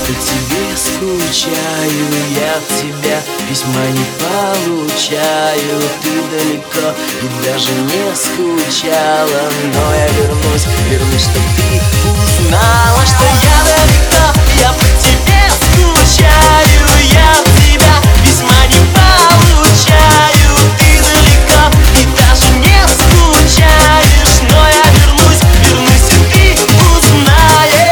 по тебе скучаю, я от тебя письма не получаю. Ты далеко и даже не скучала, но я вернусь, чтоб ты узнала, что я далеко, я по тебе скучаю, я от тебя письма не получаю. Ты далеко и даже не скучаешь, но я вернусь, и ты узнаешь.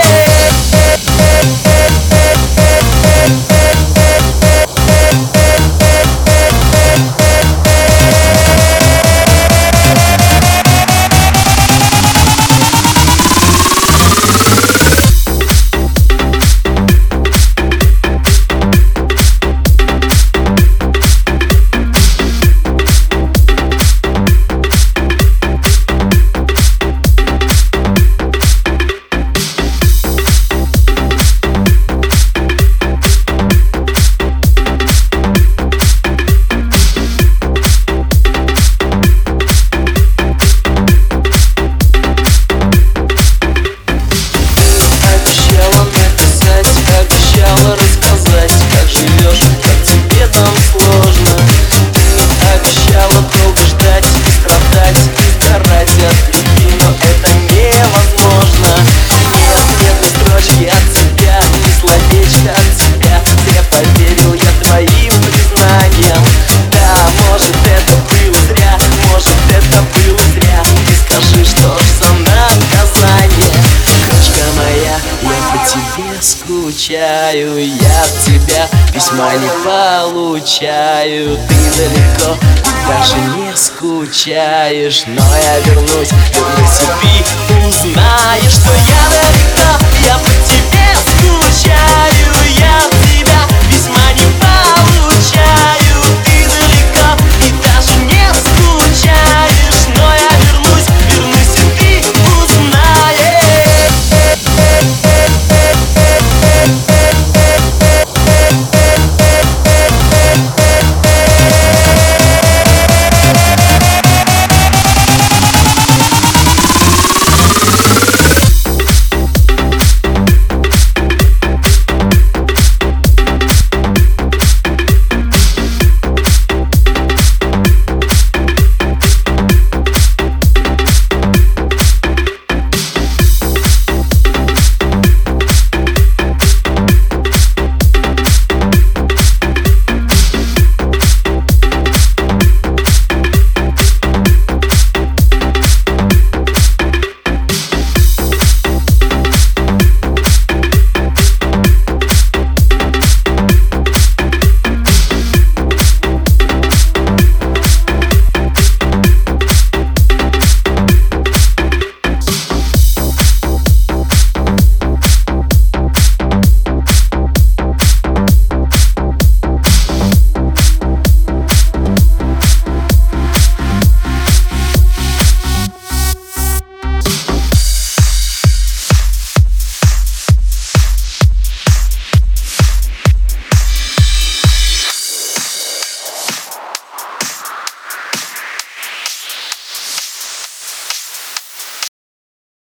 Рассказать, как живешь, как тебе там сложно. Ты обещала долго ждать и страдать, и сгорать от любви, но это невозможно. Нет ни строчки от тебя, ни словечка от тебя. Зря поверил я твоим признаниям. Да, может это было зря, может это было зря. Ты скажи, что ж за наказание? Кружка моя, я по тебе скучаю, я от тебя письма не получаю. Ты далеко, даже не скучаешь, но я вернусь, и ты узнаешь, что я далеко, я по тебе скучаю.